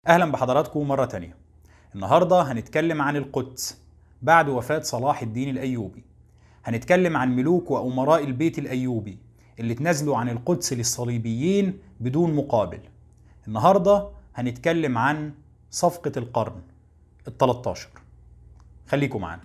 أهلا بحضراتكم مرة تانية. النهاردة هنتكلم عن القدس بعد وفاة صلاح الدين الأيوبي. هنتكلم عن ملوك وأمراء البيت الأيوبي اللي تنازلوا عن القدس للصليبيين بدون مقابل. النهاردة هنتكلم عن صفقة القرن ال13. خليكم معنا.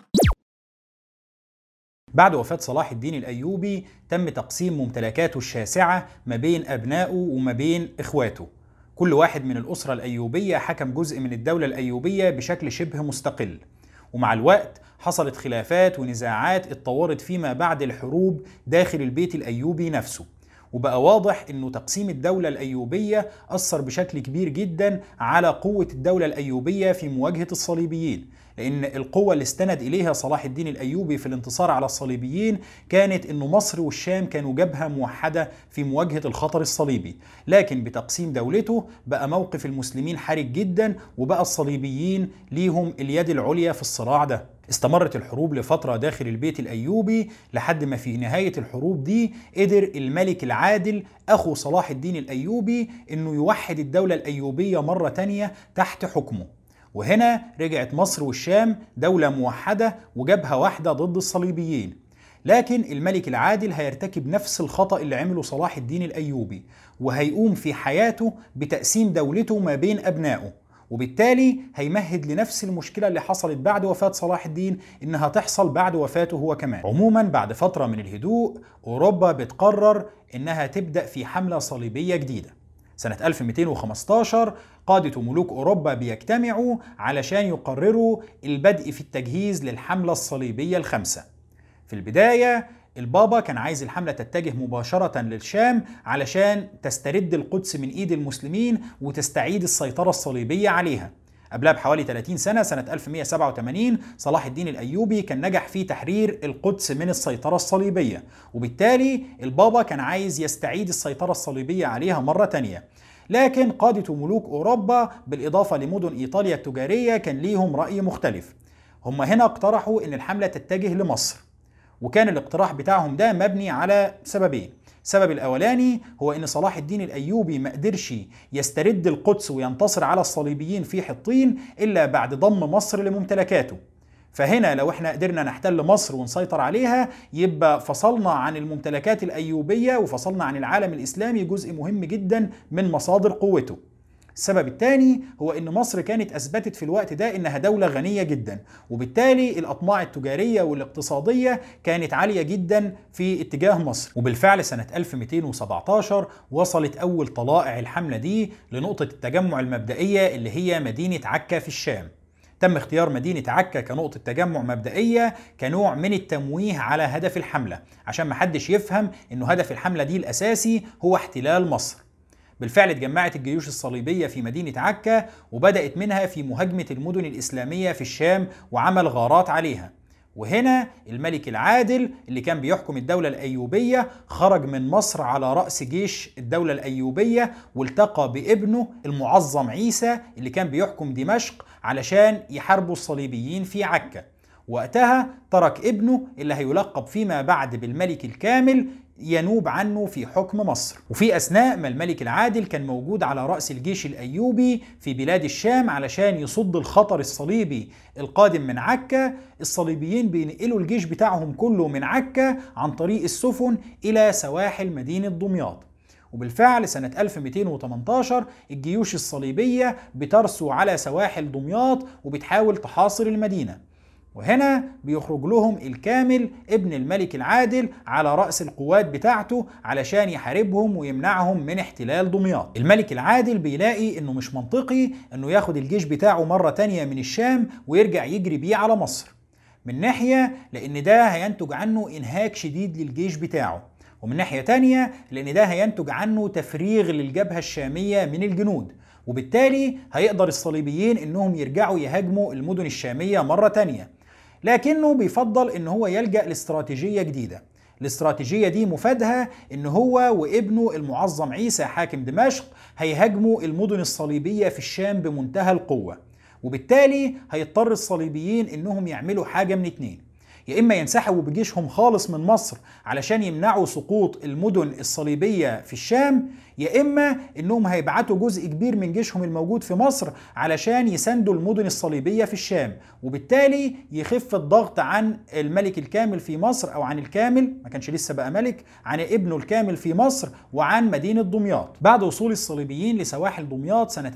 بعد وفاة صلاح الدين الأيوبي تم تقسيم ممتلكاته الشاسعة ما بين أبنائه وما بين إخواته. كل واحد من الأسرة الأيوبية حكم جزء من الدولة الأيوبية بشكل شبه مستقل، ومع الوقت حصلت خلافات ونزاعات اتطورت فيما بعد الحروب داخل البيت الأيوبي نفسه، وبقى واضح إنه تقسيم الدولة الأيوبية أثر بشكل كبير جدا على قوة الدولة الأيوبية في مواجهة الصليبيين، لأن القوة اللي استند إليها صلاح الدين الأيوبي في الانتصار على الصليبيين كانت إنه مصر والشام كانوا جبهة موحدة في مواجهة الخطر الصليبي، لكن بتقسيم دولته بقى موقف المسلمين حرج جدا، وبقى الصليبيين ليهم اليد العليا في الصراع ده. استمرت الحروب لفترة داخل البيت الأيوبي لحد ما في نهاية الحروب دي قدر الملك العادل أخو صلاح الدين الأيوبي إنه يوحد الدولة الأيوبية مرة تانية تحت حكمه، وهنا رجعت مصر والشام دولة موحدة وجبهة واحدة ضد الصليبيين. لكن الملك العادل هيرتكب نفس الخطأ اللي عمله صلاح الدين الأيوبي، وهيقوم في حياته بتقسيم دولته ما بين أبنائه، وبالتالي هيمهد لنفس المشكلة اللي حصلت بعد وفاة صلاح الدين إنها تحصل بعد وفاته هو كمان. عموما بعد فترة من الهدوء أوروبا بتقرر إنها تبدأ في حملة صليبية جديدة. سنة 1215 قادة وملوك أوروبا بيجتمعوا علشان يقرروا البدء في التجهيز للحملة الصليبية الخامسة. في البداية البابا كان عايز الحملة تتجه مباشرة للشام علشان تسترد القدس من إيد المسلمين وتستعيد السيطرة الصليبية عليها. قبلها بحوالي 30 سنة، سنة 1187 صلاح الدين الأيوبي كان نجح في تحرير القدس من السيطرة الصليبية، وبالتالي البابا كان عايز يستعيد السيطرة الصليبية عليها مرة تانية. لكن قادة وملوك أوروبا بالإضافة لمدن إيطاليا التجارية كان ليهم رأي مختلف. هم هنا اقترحوا إن الحملة تتجه لمصر، وكان الاقتراح بتاعهم ده مبني على سببين. السبب الأولاني هو إن صلاح الدين الأيوبي ما قدرش يسترد القدس وينتصر على الصليبيين في حطين إلا بعد ضم مصر لممتلكاته، فهنا لو احنا قدرنا نحتل مصر ونسيطر عليها يبقى فصلنا عن الممتلكات الأيوبية وفصلنا عن العالم الإسلامي جزء مهم جدا من مصادر قوته. السبب الثاني هو إن مصر كانت أثبتت في الوقت ده إنها دولة غنية جدا، وبالتالي الأطماع التجارية والاقتصادية كانت عالية جدا في اتجاه مصر. وبالفعل سنة 1217 وصلت أول طلائع الحملة دي لنقطة التجمع المبدئية اللي هي مدينة عكا في الشام. تم اختيار مدينة عكا كنقطة تجمع مبدئية كنوع من التمويه على هدف الحملة، عشان محدش يفهم إنه هدف الحملة دي الأساسي هو احتلال مصر. بالفعل اتجمعت الجيوش الصليبية في مدينة عكا، وبدأت منها في مهاجمة المدن الإسلامية في الشام وعمل غارات عليها. وهنا الملك العادل اللي كان بيحكم الدولة الأيوبية خرج من مصر على رأس جيش الدولة الأيوبية، والتقى بابنه المعظم عيسى اللي كان بيحكم دمشق علشان يحاربوا الصليبيين في عكا. وقتها ترك ابنه اللي هيلقب فيما بعد بالملك الكامل ينوب عنه في حكم مصر. وفي أثناء ما الملك العادل كان موجود على رأس الجيش الأيوبي في بلاد الشام علشان يصد الخطر الصليبي القادم من عكا، الصليبيين بينقلوا الجيش بتاعهم كله من عكا عن طريق السفن إلى سواحل مدينة دمياط. وبالفعل سنة 1218 الجيوش الصليبية بترسو على سواحل دمياط وبتحاول تحاصر المدينة، وهنا بيخرج لهم الكامل ابن الملك العادل على رأس القوات بتاعته علشان يحاربهم ويمنعهم من احتلال دمياط. الملك العادل بيلاقي انه مش منطقي انه ياخد الجيش بتاعه مرة تانية من الشام ويرجع يجري بيه على مصر، من ناحية لان ده هينتج عنه انهاك شديد للجيش بتاعه، ومن ناحية تانية لان ده هينتج عنه تفريغ للجبهة الشامية من الجنود، وبالتالي هيقدر الصليبيين انهم يرجعوا يهاجموا المدن الشامية مرة تانية. لكنه بيفضل ان هو يلجأ لاستراتيجية جديدة. الاستراتيجية دي مفادها ان هو وابنه المعظم عيسى حاكم دمشق هيهاجموا المدن الصليبية في الشام بمنتهى القوة، وبالتالي هيضطر الصليبيين انهم يعملوا حاجة من اتنين: يا إما ينسحبوا بجيشهم خالص من مصر علشان يمنعوا سقوط المدن الصليبية في الشام، يا إما إنهم هيبعتوا جزء كبير من جيشهم الموجود في مصر علشان يساندوا المدن الصليبية في الشام، وبالتالي يخف الضغط عن الملك الكامل في مصر، أو عن الكامل، ما كانش لسه بقى ملك، عن ابنه الكامل في مصر وعن مدينة دمياط. بعد وصول الصليبيين لسواحل دمياط سنة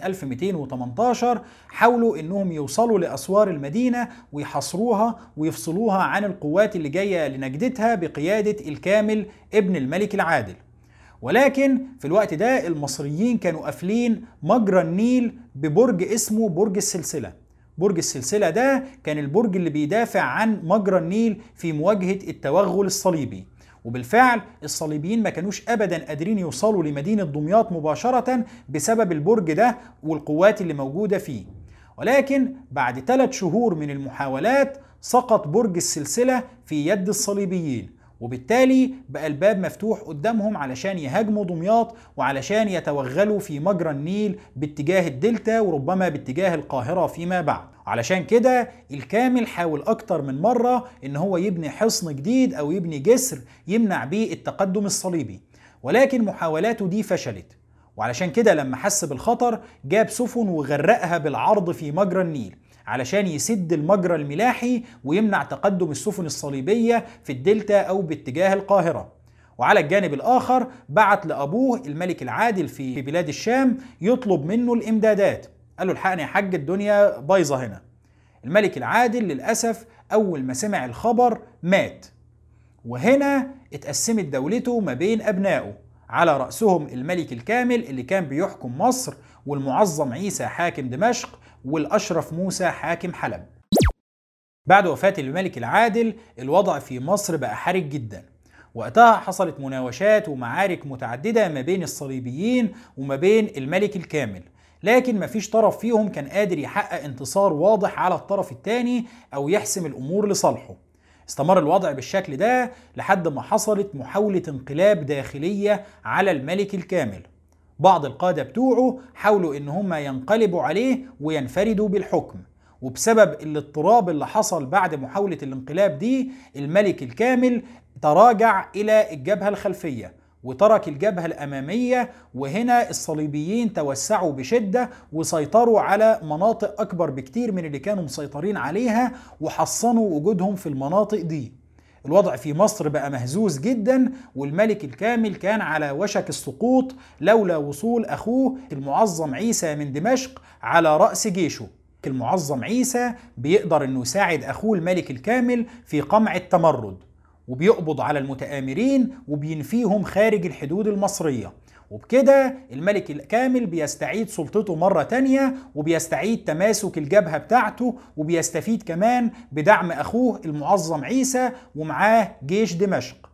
1218 حاولوا إنهم يوصلوا لأسوار المدينة ويحاصروها ويفصلوها عن القوات اللي جاية لنجدتها بقيادة الكامل ابن الملك العادل. ولكن في الوقت ده المصريين كانوا قافلين مجرى النيل ببرج اسمه برج السلسلة. برج السلسلة ده كان البرج اللي بيدافع عن مجرى النيل في مواجهة التوغل الصليبي، وبالفعل الصليبيين ما كانوش أبدا قادرين يوصلوا لمدينة دمياط مباشرة بسبب البرج ده والقوات اللي موجودة فيه. ولكن بعد 3 شهور من المحاولات سقط برج السلسلة في يد الصليبيين، وبالتالي بقى الباب مفتوح قدامهم علشان يهاجموا دمياط وعلشان يتوغلوا في مجرى النيل باتجاه الدلتا وربما باتجاه القاهرة فيما بعد. علشان كده الكامل حاول أكتر من مرة إن هو يبني حصن جديد أو يبني جسر يمنع بيه التقدم الصليبي، ولكن محاولاته دي فشلت. وعلشان كده لما حس بالخطر جاب سفن وغرقها بالعرض في مجرى النيل علشان يسد المجرى الملاحي ويمنع تقدم السفن الصليبية في الدلتا أو باتجاه القاهرة. وعلى الجانب الآخر بعت لأبوه الملك العادل في بلاد الشام يطلب منه الإمدادات، قال له الحقني يا حاج الدنيا بايظة هنا. الملك العادل للأسف أول ما سمع الخبر مات، وهنا اتقسمت دولته ما بين أبنائه، على رأسهم الملك الكامل اللي كان بيحكم مصر، والمعظم عيسى حاكم دمشق، والأشرف موسى حاكم حلب. بعد وفاة الملك العادل الوضع في مصر بقى حرج جدا. وقتها حصلت مناوشات ومعارك متعددة ما بين الصليبيين وما بين الملك الكامل، لكن مفيش طرف فيهم كان قادر يحقق انتصار واضح على الطرف الثاني أو يحسم الأمور لصالحه. استمر الوضع بالشكل ده لحد ما حصلت محاولة انقلاب داخلية على الملك الكامل. بعض القادة بتوعه حاولوا ان هم ينقلبوا عليه وينفردوا بالحكم، وبسبب الاضطراب اللي حصل بعد محاولة الانقلاب دي الملك الكامل تراجع الى الجبهة الخلفية وترك الجبهة الأمامية، وهنا الصليبيين توسعوا بشدة وسيطروا على مناطق أكبر بكتير من اللي كانوا مسيطرين عليها وحصنوا وجودهم في المناطق دي. الوضع في مصر بقى مهزوز جدا، والملك الكامل كان على وشك السقوط لولا وصول أخوه المعظم عيسى من دمشق على رأس جيشه. المعظم عيسى بيقدر أنه يساعد أخوه الملك الكامل في قمع التمرد، وبيقبض على المتآمرين وبينفيهم خارج الحدود المصرية، وبكده الملك الكامل بيستعيد سلطته مرة تانية وبيستعيد تماسك الجبهة بتاعته، وبيستفيد كمان بدعم أخوه المعظم عيسى ومعاه جيش دمشق.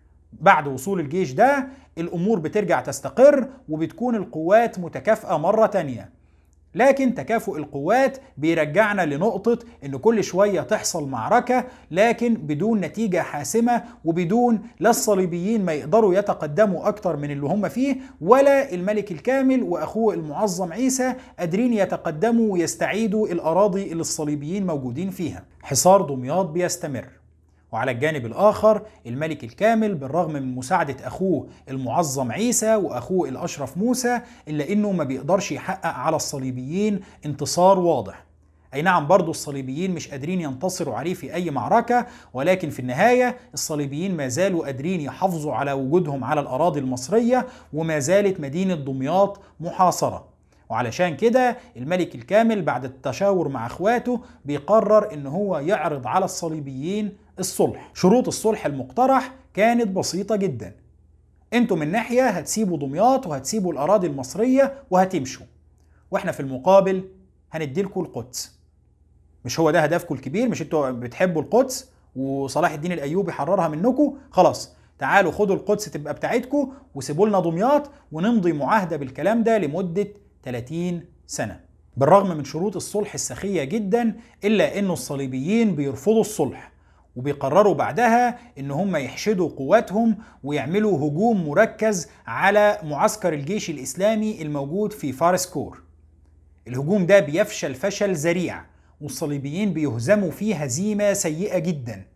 بعد وصول الجيش ده الأمور بترجع تستقر وبتكون القوات متكافئة مرة تانية. لكن تكافؤ القوات بيرجعنا لنقطة إن كل شوية تحصل معركة لكن بدون نتيجة حاسمة، وبدون لا الصليبيين ما يقدروا يتقدموا أكتر من اللي هم فيه، ولا الملك الكامل وأخوه المعظم عيسى قادرين يتقدموا ويستعيدوا الأراضي اللي الصليبيين موجودين فيها. حصار دمياط بيستمر، وعلى الجانب الآخر الملك الكامل بالرغم من مساعدة أخوه المعظم عيسى وأخوه الأشرف موسى إلا إنه ما بيقدرش يحقق على الصليبيين انتصار واضح. أي نعم برضو الصليبيين مش قادرين ينتصروا عليه في أي معركة، ولكن في النهاية الصليبيين ما زالوا قادرين يحافظوا على وجودهم على الأراضي المصرية، وما زالت مدينة دمياط محاصرة. وعلشان كده الملك الكامل بعد التشاور مع اخواته بيقرر ان هو يعرض على الصليبيين الصلح. شروط الصلح المقترح كانت بسيطة جدا: انتوا من ناحية هتسيبوا دمياط وهتسيبوا الأراضي المصرية وهتمشوا، واحنا في المقابل هنديلكوا القدس. مش هو ده هدفكم الكبير؟ مش انتوا بتحبوا القدس وصلاح الدين الأيوبي حررها منكم؟ خلاص تعالوا خدوا القدس تبقى بتاعتكم وسيبوا لنا دمياط ونمضي معاهدة بالكلام ده لمدة 30 سنة. بالرغم من شروط الصلح السخية جدا إلا أن الصليبيين بيرفضوا الصلح، وبيقرروا بعدها ان هم يحشدوا قواتهم ويعملوا هجوم مركز على معسكر الجيش الإسلامي الموجود في فارسكور. الهجوم ده بيفشل فشل ذريع، والصليبيين بيهزموا فيه هزيمة سيئة جدا.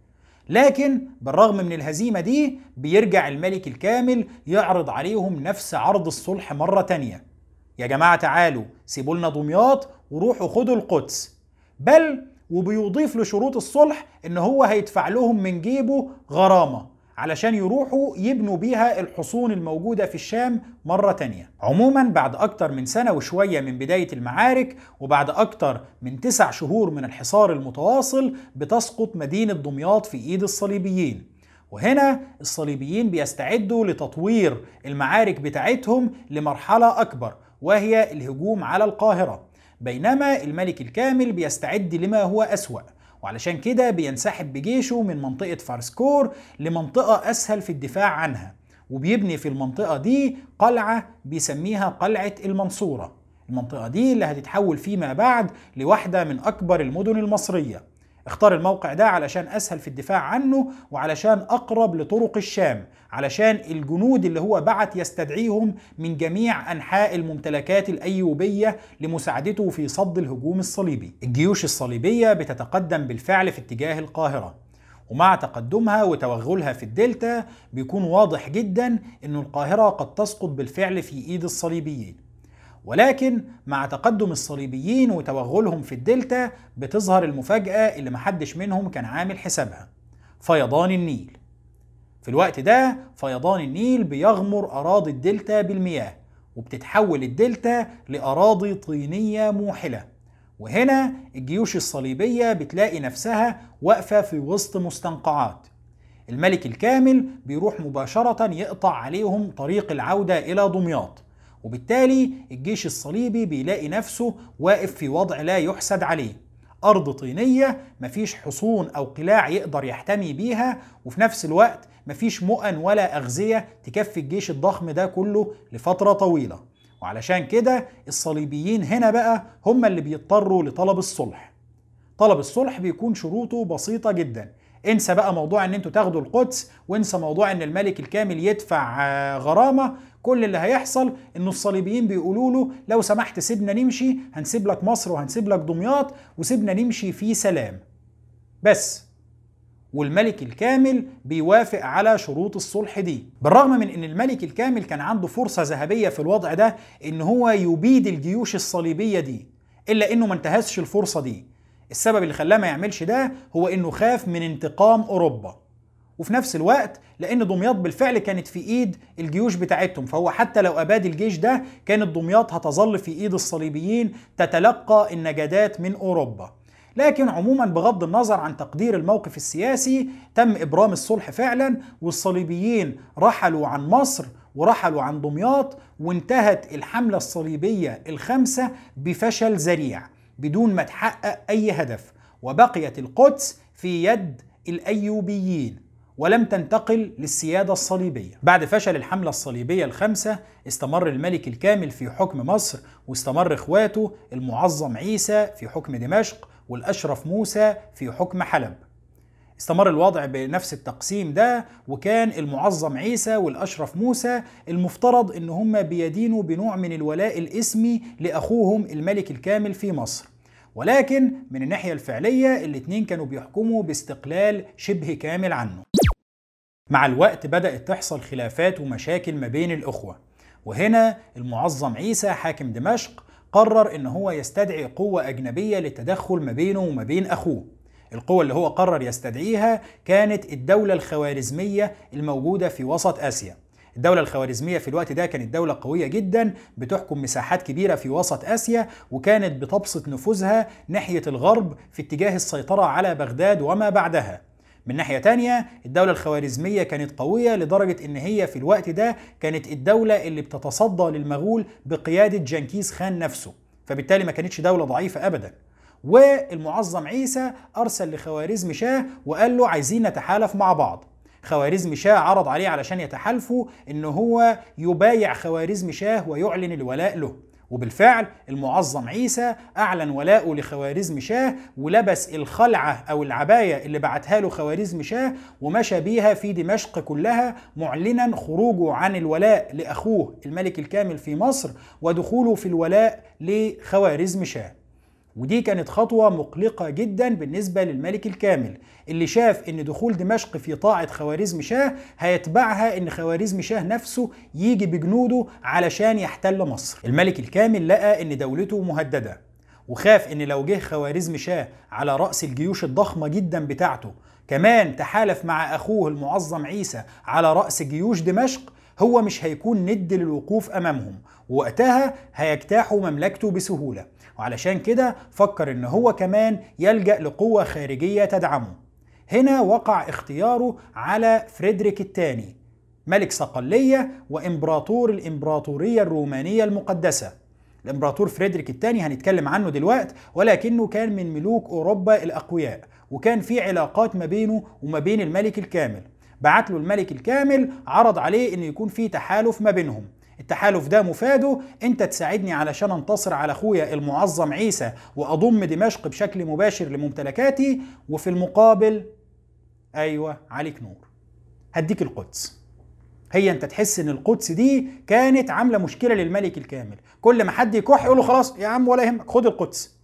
لكن بالرغم من الهزيمة دي بيرجع الملك الكامل يعرض عليهم نفس عرض الصلح مرة تانية. يا جماعة تعالوا سيبوا لنا دمياط وروحوا خدوا القدس، بل وبيضيف لشروط الصلح ان هو هيدفع لهم من جيبه غرامة علشان يروحوا يبنوا بيها الحصون الموجودة في الشام مرة تانية. عموما بعد أكتر من سنة وشوية من بداية المعارك، وبعد أكتر من 9 شهور من الحصار المتواصل، بتسقط مدينة دمياط في إيد الصليبيين. وهنا الصليبيين بيستعدوا لتطوير المعارك بتاعتهم لمرحلة أكبر، وهي الهجوم على القاهرة، بينما الملك الكامل بيستعد لما هو أسوأ، وعلشان كده بينسحب بجيشه من منطقة فارسكور لمنطقة أسهل في الدفاع عنها، وبيبني في المنطقة دي قلعة بيسميها قلعة المنصورة. المنطقة دي اللي هتتحول فيما بعد لواحدة من أكبر المدن المصرية. اختار الموقع ده علشان أسهل في الدفاع عنه، وعلشان أقرب لطرق الشام، علشان الجنود اللي هو بعت يستدعيهم من جميع أنحاء الممتلكات الأيوبية لمساعدته في صد الهجوم الصليبي. الجيوش الصليبية بتتقدم بالفعل في اتجاه القاهرة، ومع تقدمها وتوغلها في الدلتا بيكون واضح جدا أن القاهرة قد تسقط بالفعل في إيد الصليبيين. ولكن مع تقدم الصليبيين وتوغلهم في الدلتا بتظهر المفاجأة اللي محدش منهم كان عامل حسابها: فيضان النيل. في الوقت ده فيضان النيل بيغمر أراضي الدلتا بالمياه، وبتتحول الدلتا لأراضي طينية موحلة. وهنا الجيوش الصليبية بتلاقي نفسها واقفة في وسط مستنقعات. الملك الكامل بيروح مباشرة يقطع عليهم طريق العودة إلى دمياط، وبالتالي الجيش الصليبي بيلاقي نفسه واقف في وضع لا يحسد عليه. أرض طينية مفيش حصون أو قلاع يقدر يحتمي بيها، وفي نفس الوقت مفيش مؤن ولا أغذية تكفي الجيش الضخم ده كله لفترة طويلة. وعلشان كده الصليبيين هنا بقى هم اللي بيضطروا لطلب الصلح. طلب الصلح بيكون شروطه بسيطة جدا. انسى بقى موضوع ان انتوا تاخدوا القدس، وانسى موضوع ان الملك الكامل يدفع غرامة. كل اللي هيحصل انه الصليبيين بيقولوا له لو سمحت سيبنا نمشي، هنسيب لك مصر وهنسيب لك دمياط، وسيبنا نمشي في سلام بس. والملك الكامل بيوافق على شروط الصلح دي، بالرغم من ان الملك الكامل كان عنده فرصة ذهبية في الوضع ده ان هو يبيد الجيوش الصليبية دي، الا انه ما انتهزش الفرصة دي. السبب اللي خلاه ما يعملش ده هو انه خاف من انتقام اوروبا، وفي نفس الوقت لان دمياط بالفعل كانت في ايد الجيوش بتاعتهم، فهو حتى لو اباد الجيش ده كانت دمياط هتظل في ايد الصليبيين تتلقى النجدات من اوروبا. لكن عموما بغض النظر عن تقدير الموقف السياسي، تم ابرام الصلح فعلا، والصليبيين رحلوا عن مصر ورحلوا عن دمياط، وانتهت الحملة الصليبية الخامسة بفشل ذريع بدون ما تحقق أي هدف، وبقيت القدس في يد الأيوبيين ولم تنتقل للسيادة الصليبية. بعد فشل الحملة الصليبية الخامسة استمر الملك الكامل في حكم مصر، واستمر إخواته المعظم عيسى في حكم دمشق، والأشرف موسى في حكم حلب. استمر الوضع بنفس التقسيم ده، وكان المعظم عيسى والأشرف موسى المفترض إن هم بيدينوا بنوع من الولاء الاسمي لأخوهم الملك الكامل في مصر، ولكن من الناحية الفعلية الاتنين كانوا بيحكموا باستقلال شبه كامل عنه. مع الوقت بدأت تحصل خلافات ومشاكل ما بين الأخوة، وهنا المعظم عيسى حاكم دمشق قرر إن هو يستدعي قوة أجنبية للتدخل ما بينه وما بين أخوه. القوة اللي هو قرر يستدعيها كانت الدولة الخوارزمية الموجودة في وسط آسيا. الدولة الخوارزمية في الوقت ده كانت دولة قوية جدا بتحكم مساحات كبيرة في وسط آسيا، وكانت بتبسط نفوذها ناحية الغرب في اتجاه السيطرة على بغداد وما بعدها. من ناحية تانية الدولة الخوارزمية كانت قوية لدرجة ان هي في الوقت ده كانت الدولة اللي بتتصدى للمغول بقيادة جنكيز خان نفسه، فبالتالي ما كانتش دولة ضعيفة ابدا. والمعظم عيسى ارسل لخوارزم شاه وقال له عايزين نتحالف مع بعض. خوارزم شاه عرض عليه علشان يتحالفوا ان هو يبايع خوارزم شاه ويعلن الولاء له، وبالفعل المعظم عيسى أعلن ولاءه لخوارزم شاه، ولبس الخلعة أو العباية اللي بعتها له خوارزم شاه ومشى بيها في دمشق كلها، معلنا خروجه عن الولاء لأخوه الملك الكامل في مصر ودخوله في الولاء لخوارزم شاه. ودي كانت خطوة مقلقة جدا بالنسبة للملك الكامل، اللي شاف ان دخول دمشق في طاعة خوارزم شاه هيتبعها ان خوارزم شاه نفسه يجي بجنوده علشان يحتل مصر. الملك الكامل لقى ان دولته مهددة، وخاف ان لو جه خوارزم شاه على رأس الجيوش الضخمة جدا بتاعته كمان تحالف مع اخوه المعظم عيسى على رأس جيوش دمشق، هو مش هيكون ند للوقوف امامهم، ووقتها هيجتاحوا مملكته بسهولة. وعلشان كده فكر ان هو كمان يلجأ لقوة خارجية تدعمه. هنا وقع اختياره على فريدريك الثاني، ملك صقلية وامبراطور الامبراطورية الرومانية المقدسة. الامبراطور فريدريك الثاني هنتكلم عنه دلوقتي، ولكنه كان من ملوك اوروبا الاقوياء، وكان في علاقات ما بينه وما بين الملك الكامل. بعت له الملك الكامل، عرض عليه ان يكون في تحالف ما بينهم. التحالف ده مفاده انت تساعدني علشان انتصر على اخويا المعظم عيسى واضم دمشق بشكل مباشر لممتلكاتي، وفي المقابل ايوه عليك نور، هديك القدس. هي انت تحس ان القدس دي كانت عامله مشكله للملك الكامل، كل ما حد يكح يقول له خلاص يا عم ولا يهمك خد القدس.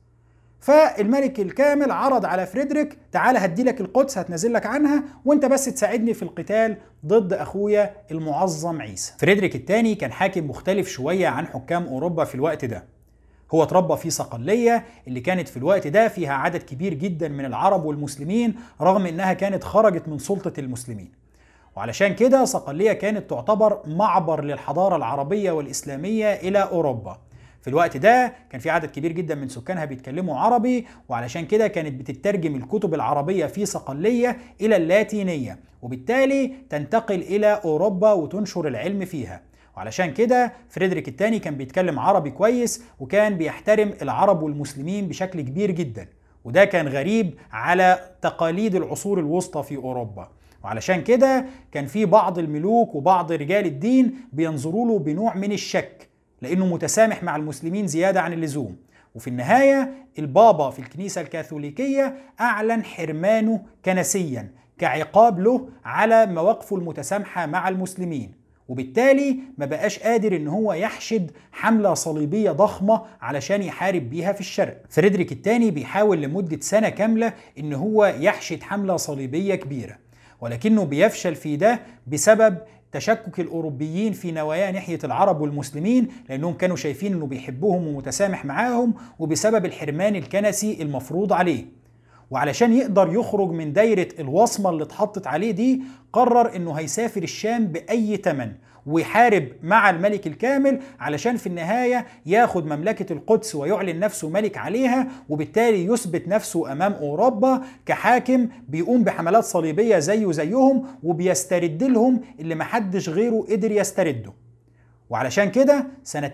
فالملك الكامل عرض على فريدريك تعالى هدي لك القدس، هتنزل لك عنها وانت بس تساعدني في القتال ضد اخويا المعظم عيسى. فريدريك الثاني كان حاكم مختلف شويه عن حكام اوروبا في الوقت ده. هو اتربى في صقلية اللي كانت في الوقت ده فيها عدد كبير جدا من العرب والمسلمين، رغم انها كانت خرجت من سلطة المسلمين. وعلشان كده صقلية كانت تعتبر معبر للحضارة العربية والإسلامية إلى أوروبا. في الوقت ده كان في عدد كبير جدا من سكانها بيتكلموا عربي، وعلشان كده كانت بتترجم الكتب العربية في صقلية إلى اللاتينية، وبالتالي تنتقل إلى أوروبا وتنشر العلم فيها. وعلشان كده فريدريك الثاني كان بيتكلم عربي كويس، وكان بيحترم العرب والمسلمين بشكل كبير جدا، وده كان غريب على تقاليد العصور الوسطى في أوروبا. وعلشان كده كان في بعض الملوك وبعض رجال الدين بينظروا له بنوع من الشك، لأنه متسامح مع المسلمين زيادة عن اللزوم. وفي النهاية البابا في الكنيسة الكاثوليكية أعلن حرمانه كنسيا كعقاب له على مواقفه المتسامحة مع المسلمين، وبالتالي ما بقاش قادر ان هو يحشد حملة صليبية ضخمة علشان يحارب بيها في الشرق. فريدريك الثاني بيحاول لمدة سنة كاملة ان هو يحشد حملة صليبية كبيرة، ولكنه بيفشل في ده بسبب تشكك الأوروبيين في نواياه ناحية العرب والمسلمين، لأنهم كانوا شايفين أنه بيحبهم ومتسامح معاهم، وبسبب الحرمان الكنسي المفروض عليه. وعلشان يقدر يخرج من دايرة الوصمة اللي اتحطت عليه دي، قرر أنه هيسافر الشام بأي تمن ويحارب مع الملك الكامل علشان في النهاية ياخد مملكة القدس ويعلن نفسه ملك عليها، وبالتالي يثبت نفسه أمام أوروبا كحاكم بيقوم بحملات صليبية زيه زيهم، وبيسترد لهم اللي محدش غيره قدر يسترده. وعلشان كده سنة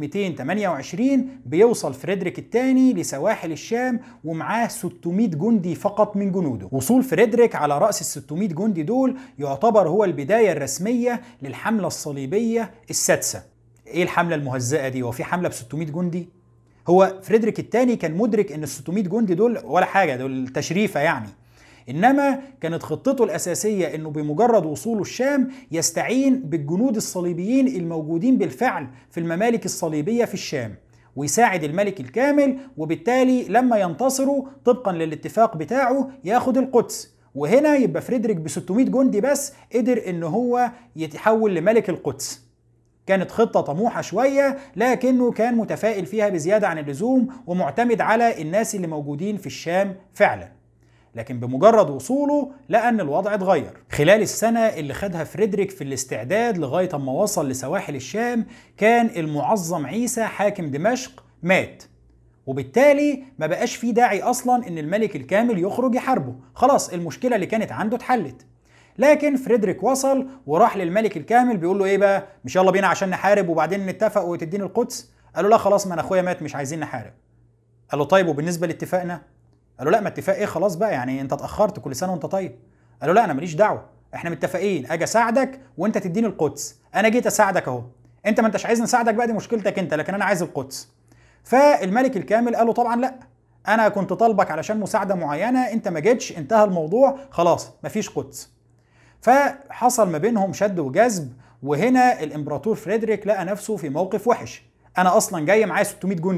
1228 بيوصل فريدريك الثاني لسواحل الشام ومعاه 600 جندي فقط من جنوده. وصول فريدريك على رأس ال 600 جندي دول يعتبر هو البداية الرسمية للحملة الصليبية السادسة. ايه الحملة المهزأة دي؟ وفي حملة ب 600 جندي؟ هو فريدريك الثاني كان مدرك ان ال 600 جندي دول ولا حاجة، دول تشريفة يعني. إنما كانت خطته الأساسية إنه بمجرد وصوله الشام يستعين بالجنود الصليبيين الموجودين بالفعل في الممالك الصليبية في الشام، ويساعد الملك الكامل، وبالتالي لما ينتصروا طبقا للاتفاق بتاعه ياخد القدس. وهنا يبقى فريدريك ب 600 جندي بس قدر إنه هو يتحول لملك القدس. كانت خطة طموحة شوية، لكنه كان متفائل فيها بزيادة عن اللزوم ومعتمد على الناس اللي موجودين في الشام فعلا. لكن بمجرد وصوله لقى ان الوضع اتغير. خلال السنة اللي خدها فريدريك في الاستعداد لغاية اما وصل لسواحل الشام، كان المعظم عيسى حاكم دمشق مات، وبالتالي ما بقاش فيه داعي اصلا ان الملك الكامل يخرج يحاربه، خلاص المشكلة اللي كانت عنده اتحلت. لكن فريدريك وصل وراح للملك الكامل بيقول له ايه بقى، مش يلا بينا عشان نحارب وبعدين نتفق وتديني القدس؟ قال له لا خلاص، ما انا اخويا مات مش عايزين نحارب. قال له طيب وبالنسبة لاتفاقنا؟ قال له لا، ما اتفاق ايه خلاص بقى، يعني انت اتاخرت، كل سنه وانت طيب. قال له لا انا ماليش دعوه، احنا متفقين اجي اساعدك وانت تديني القدس، انا جيت اساعدك اهو، انت ما انتش عايزني اساعدك بقى دي مشكلتك انت، لكن انا عايز القدس. فالملك الكامل قال له طبعا لا، انا كنت طالبك علشان مساعده معينه، انت ما جيتش، انتهى الموضوع خلاص مفيش قدس. فحصل ما بينهم شد وجذب، وهنا الامبراطور فريدريك لقى نفسه في موقف وحش. انا اصلا جاي معايا 600 جندي،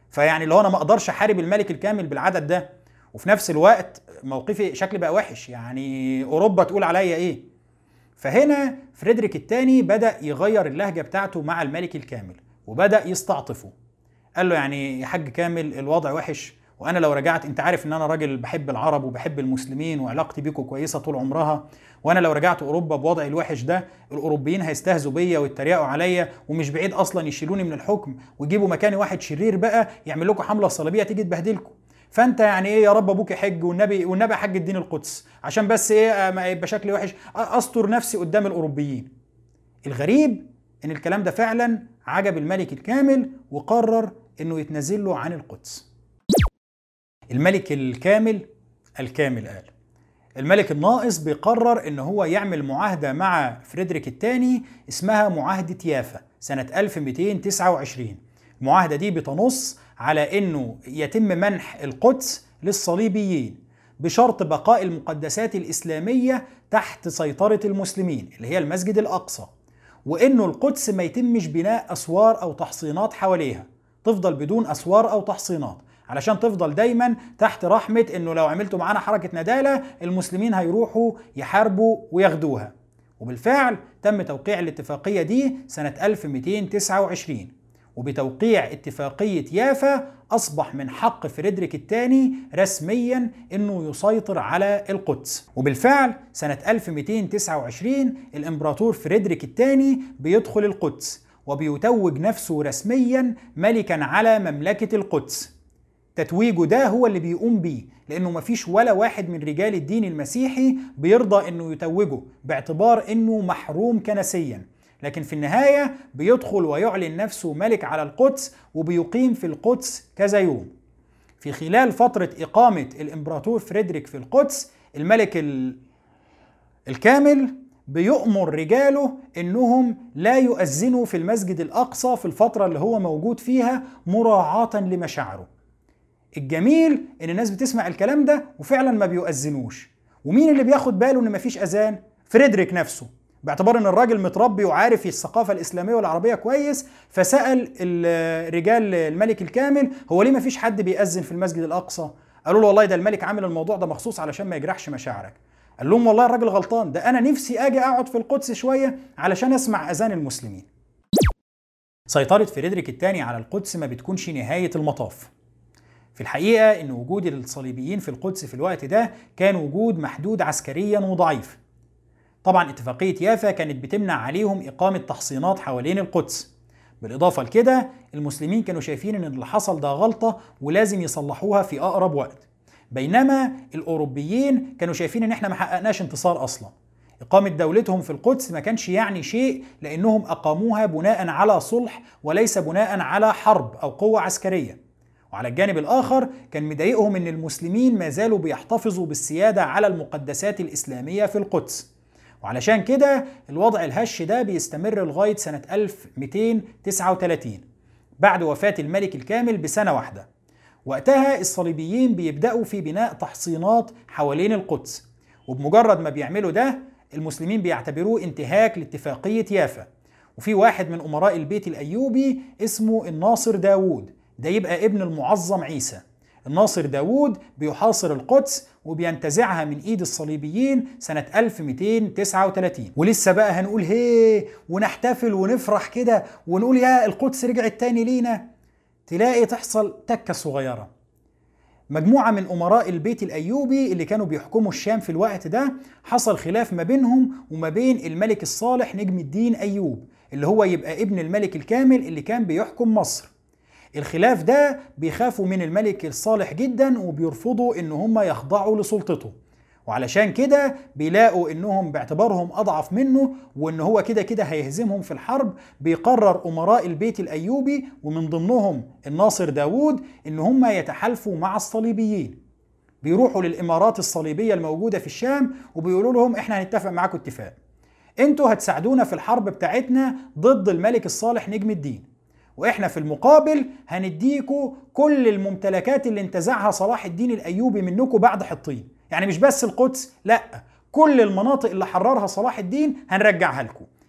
فيعني اللي هو انا ما اقدرش احارب الملك الكامل بالعدد ده، وفي نفس الوقت موقفي شكلي بقى وحش، يعني اوروبا تقول عليا ايه؟ فهنا فريدريك الثاني بدأ يغير اللهجة بتاعته مع الملك الكامل وبدأ يستعطفه. قال له يعني يا حاج كامل الوضع وحش، وانا لو رجعت، انت عارف ان انا راجل بحب العرب وبحب المسلمين وعلاقتي بيكم كويسه طول عمرها، وانا لو رجعت اوروبا بوضعي الوحش ده الاوروبيين هيستهزوا بيا ويتريقوا عليا، ومش بعيد اصلا يشيلوني من الحكم ويجيبوا مكاني واحد شرير بقى يعمل لكم حمله صليبيه تيجي تبهدلكم. فانت يعني ايه، يا رب ابوك يحج والنبي حج الدين القدس عشان بس ايه ما يبقى شكلي وحش، استر نفسي قدام الاوروبيين. الغريب ان الكلام ده فعلا عجب الملك الكامل وقرر انه يتنازل له عن القدس. الملك الكامل قال الملك الناقص بيقرر ان هو يعمل معاهدة مع فريدريك الثاني اسمها معاهدة يافا سنة 1229. المعاهدة دي بتنص على انه يتم منح القدس للصليبيين بشرط بقاء المقدسات الإسلامية تحت سيطرة المسلمين اللي هي المسجد الأقصى، وانه القدس ما يتمش بناء أسوار أو تحصينات حواليها، تفضل بدون أسوار أو تحصينات علشان تفضل دايما تحت رحمة انه لو عملتوا معانا حركة ندالة المسلمين هيروحوا يحاربوا وياخدوها. وبالفعل تم توقيع الاتفاقية دي سنة 1229، وبتوقيع اتفاقية يافا أصبح من حق فريدريك الثاني رسميا أنه يسيطر على القدس. وبالفعل سنة 1229 الإمبراطور فريدريك الثاني بيدخل القدس وبيتوج نفسه رسميا ملكا على مملكة القدس. تتويجه ده هو اللي بيقوم بيه لأنه مفيش ولا واحد من رجال الدين المسيحي بيرضى أنه يتوجه باعتبار أنه محروم كنسيا، لكن في النهاية بيدخل ويعلن نفسه ملك على القدس وبيقيم في القدس كذا يوم. في خلال فترة إقامة الإمبراطور فريدريك في القدس الملك الكامل بيؤمر رجاله إنهم لا يؤذنوا في المسجد الأقصى في الفترة اللي هو موجود فيها مراعاة لمشاعره. الجميل إن الناس بتسمع الكلام ده وفعلا ما بيؤذنوش. ومين اللي بياخد باله إن مفيش أذان؟ فريدريك نفسه، باعتبار ان الراجل متربي وعارف الثقافة الإسلامية والعربية كويس، فسأل الرجال الملك الكامل هو ليه ما فيش حد بيأذن في المسجد الأقصى؟ قالوا له والله ده الملك عامل الموضوع ده مخصوص علشان ما يجرحش مشاعرك. قال لهم والله الراجل غلطان، ده أنا نفسي أجي أقعد في القدس شوية علشان أسمع أذان المسلمين. سيطرة فريدريك الثاني على القدس ما بتكونش نهاية المطاف. في الحقيقة إن وجود الصليبيين في القدس في الوقت ده كان وجود محدود عسكريا وضعيف. طبعا اتفاقية يافا كانت بتمنع عليهم إقامة تحصينات حوالين القدس. بالإضافة لكده المسلمين كانوا شايفين إن اللي حصل ده غلطة ولازم يصلحوها في أقرب وقت، بينما الأوروبيين كانوا شايفين إن إحنا ما حققناش انتصار أصلا. إقامة دولتهم في القدس ما كانش يعني شيء لأنهم أقاموها بناء على صلح وليس بناء على حرب أو قوة عسكرية. وعلى الجانب الآخر كان مضايقهم إن المسلمين ما زالوا بيحتفظوا بالسيادة على المقدسات الإسلامية في القدس، وعلشان كده الوضع الهش ده بيستمر لغاية سنة 1239 بعد وفاة الملك الكامل بسنة واحدة. وقتها الصليبيين بيبدأوا في بناء تحصينات حوالين القدس، وبمجرد ما بيعملوا ده المسلمين بيعتبروه انتهاك لاتفاقية يافا. وفي واحد من أمراء البيت الأيوبي اسمه الناصر داوود، ده يبقى ابن المعظم عيسى. الناصر داوود بيحاصر القدس وبينتزعها من ايد الصليبيين سنة 1239. ولسه بقى هنقول هي ونحتفل ونفرح كده ونقول يا القدس رجعت تاني لينا، تلاقي تحصل تكة صغيرة. مجموعة من أمراء البيت الأيوبي اللي كانوا بيحكموا الشام في الوقت ده حصل خلاف ما بينهم وما بين الملك الصالح نجم الدين أيوب اللي هو يبقى ابن الملك الكامل اللي كان بيحكم مصر. الخلاف ده بيخافوا من الملك الصالح جدا وبيرفضوا ان هم يخضعوا لسلطته، وعلشان كده بيلاقوا انهم باعتبارهم اضعف منه وان هو كده كده هيهزمهم في الحرب، بيقرر امراء البيت الايوبي ومن ضمنهم الناصر داوود ان هم يتحالفوا مع الصليبيين. بيروحوا للامارات الصليبية الموجودة في الشام وبيقولوا لهم احنا هنتفق معاكم اتفاق، انتوا هتساعدونا في الحرب بتاعتنا ضد الملك الصالح نجم الدين، واحنا في المقابل هنديكوا كل الممتلكات اللي انتزعها صلاح الدين الايوبي منكم بعد حطين. يعني مش بس القدس، لا، كل المناطق اللي حررها صلاح الدين هنرجعها لكم،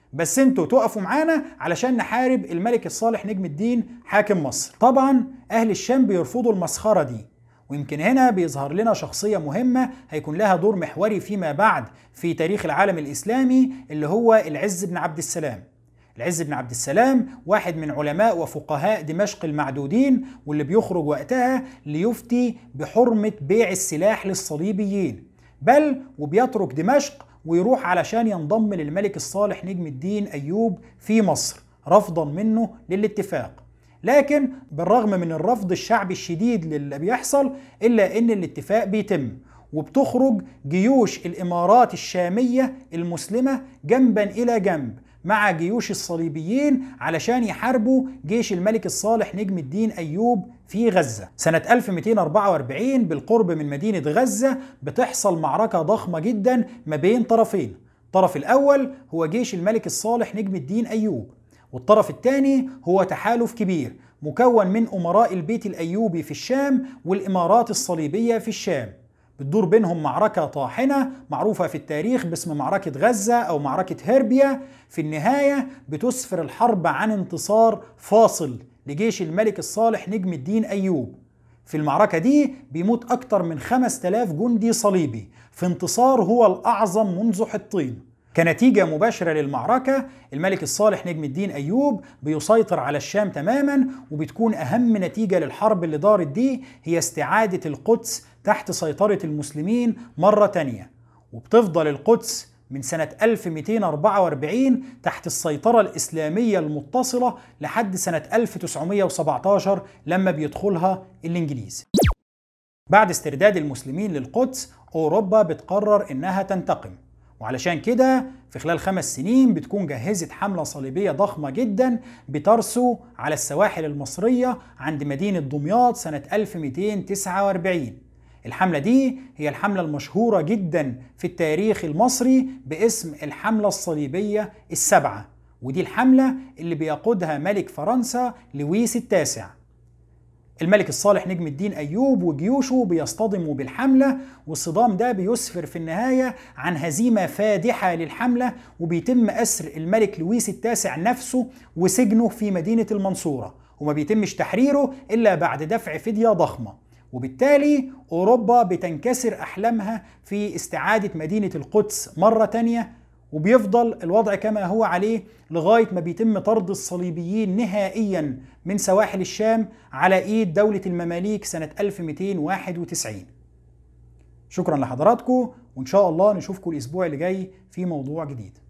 بس انتوا تقفوا معانا علشان نحارب الملك الصالح نجم الدين حاكم مصر. طبعا أهل الشام بيرفضوا المسخرة دي، ويمكن هنا بيظهر لنا شخصية مهمة هيكون لها دور محوري فيما بعد في تاريخ العالم الإسلامي، اللي هو العز بن عبد السلام. العز بن عبد السلام واحد من علماء وفقهاء دمشق المعدودين، واللي بيخرج وقتها ليفتي بحرمة بيع السلاح للصليبيين، بل وبيترك دمشق ويروح علشان ينضم للملك الصالح نجم الدين أيوب في مصر رفضا منه للاتفاق. لكن بالرغم من الرفض الشعبي الشديد للي بيحصل، إلا إن الاتفاق بيتم، وبتخرج جيوش الإمارات الشامية المسلمة جنبا إلى جنب مع جيوش الصليبيين علشان يحاربوا جيش الملك الصالح نجم الدين أيوب في غزة. سنة 1244 بالقرب من مدينة غزة بتحصل معركة ضخمة جدا ما بين طرفين. الطرف الأول هو جيش الملك الصالح نجم الدين أيوب، والطرف الثاني هو تحالف كبير مكون من أمراء البيت الأيوبي في الشام والإمارات الصليبية في الشام. بتدور بينهم معركة طاحنة معروفة في التاريخ باسم معركة غزة أو معركة هربيا. في النهاية بتسفر الحرب عن انتصار فاصل لجيش الملك الصالح نجم الدين أيوب. في المعركة دي بيموت أكتر من 5000 جندي صليبي في انتصار هو الأعظم منذ حطين. كنتيجة مباشرة للمعركة الملك الصالح نجم الدين أيوب بيسيطر على الشام تماما، وبتكون أهم نتيجة للحرب اللي دارت دي هي استعادة القدس تحت سيطرة المسلمين مرة تانية. وبتفضل القدس من سنة 1244 تحت السيطرة الإسلامية المتصلة لحد سنة 1917 لما بيدخلها الإنجليز. بعد استرداد المسلمين للقدس أوروبا بتقرر إنها تنتقم، وعلشان كده في خلال 5 سنين بتكون جهزت حملة صليبية ضخمة جدا بترسو على السواحل المصرية عند مدينة دمياط سنة 1249. الحملة دي هي الحملة المشهورة جدا في التاريخ المصري باسم الحملة الصليبية السبعة، ودي الحملة اللي بيقودها ملك فرنسا لويس التاسع. الملك الصالح نجم الدين أيوب وجيوشه بيصطدموا بالحملة، والصدام ده بيسفر في النهاية عن هزيمة فادحة للحملة، وبيتم أسر الملك لويس التاسع نفسه وسجنه في مدينة المنصورة، وما بيتمش تحريره إلا بعد دفع فدية ضخمة. وبالتالي أوروبا بتنكسر أحلامها في استعادة مدينة القدس مرة تانية، وبيفضل الوضع كما هو عليه لغاية ما بيتم طرد الصليبيين نهائيا من سواحل الشام على إيد دولة المماليك سنة 1291. شكرا لحضراتكم، وإن شاء الله نشوفكم الأسبوع اللي جاي في موضوع جديد.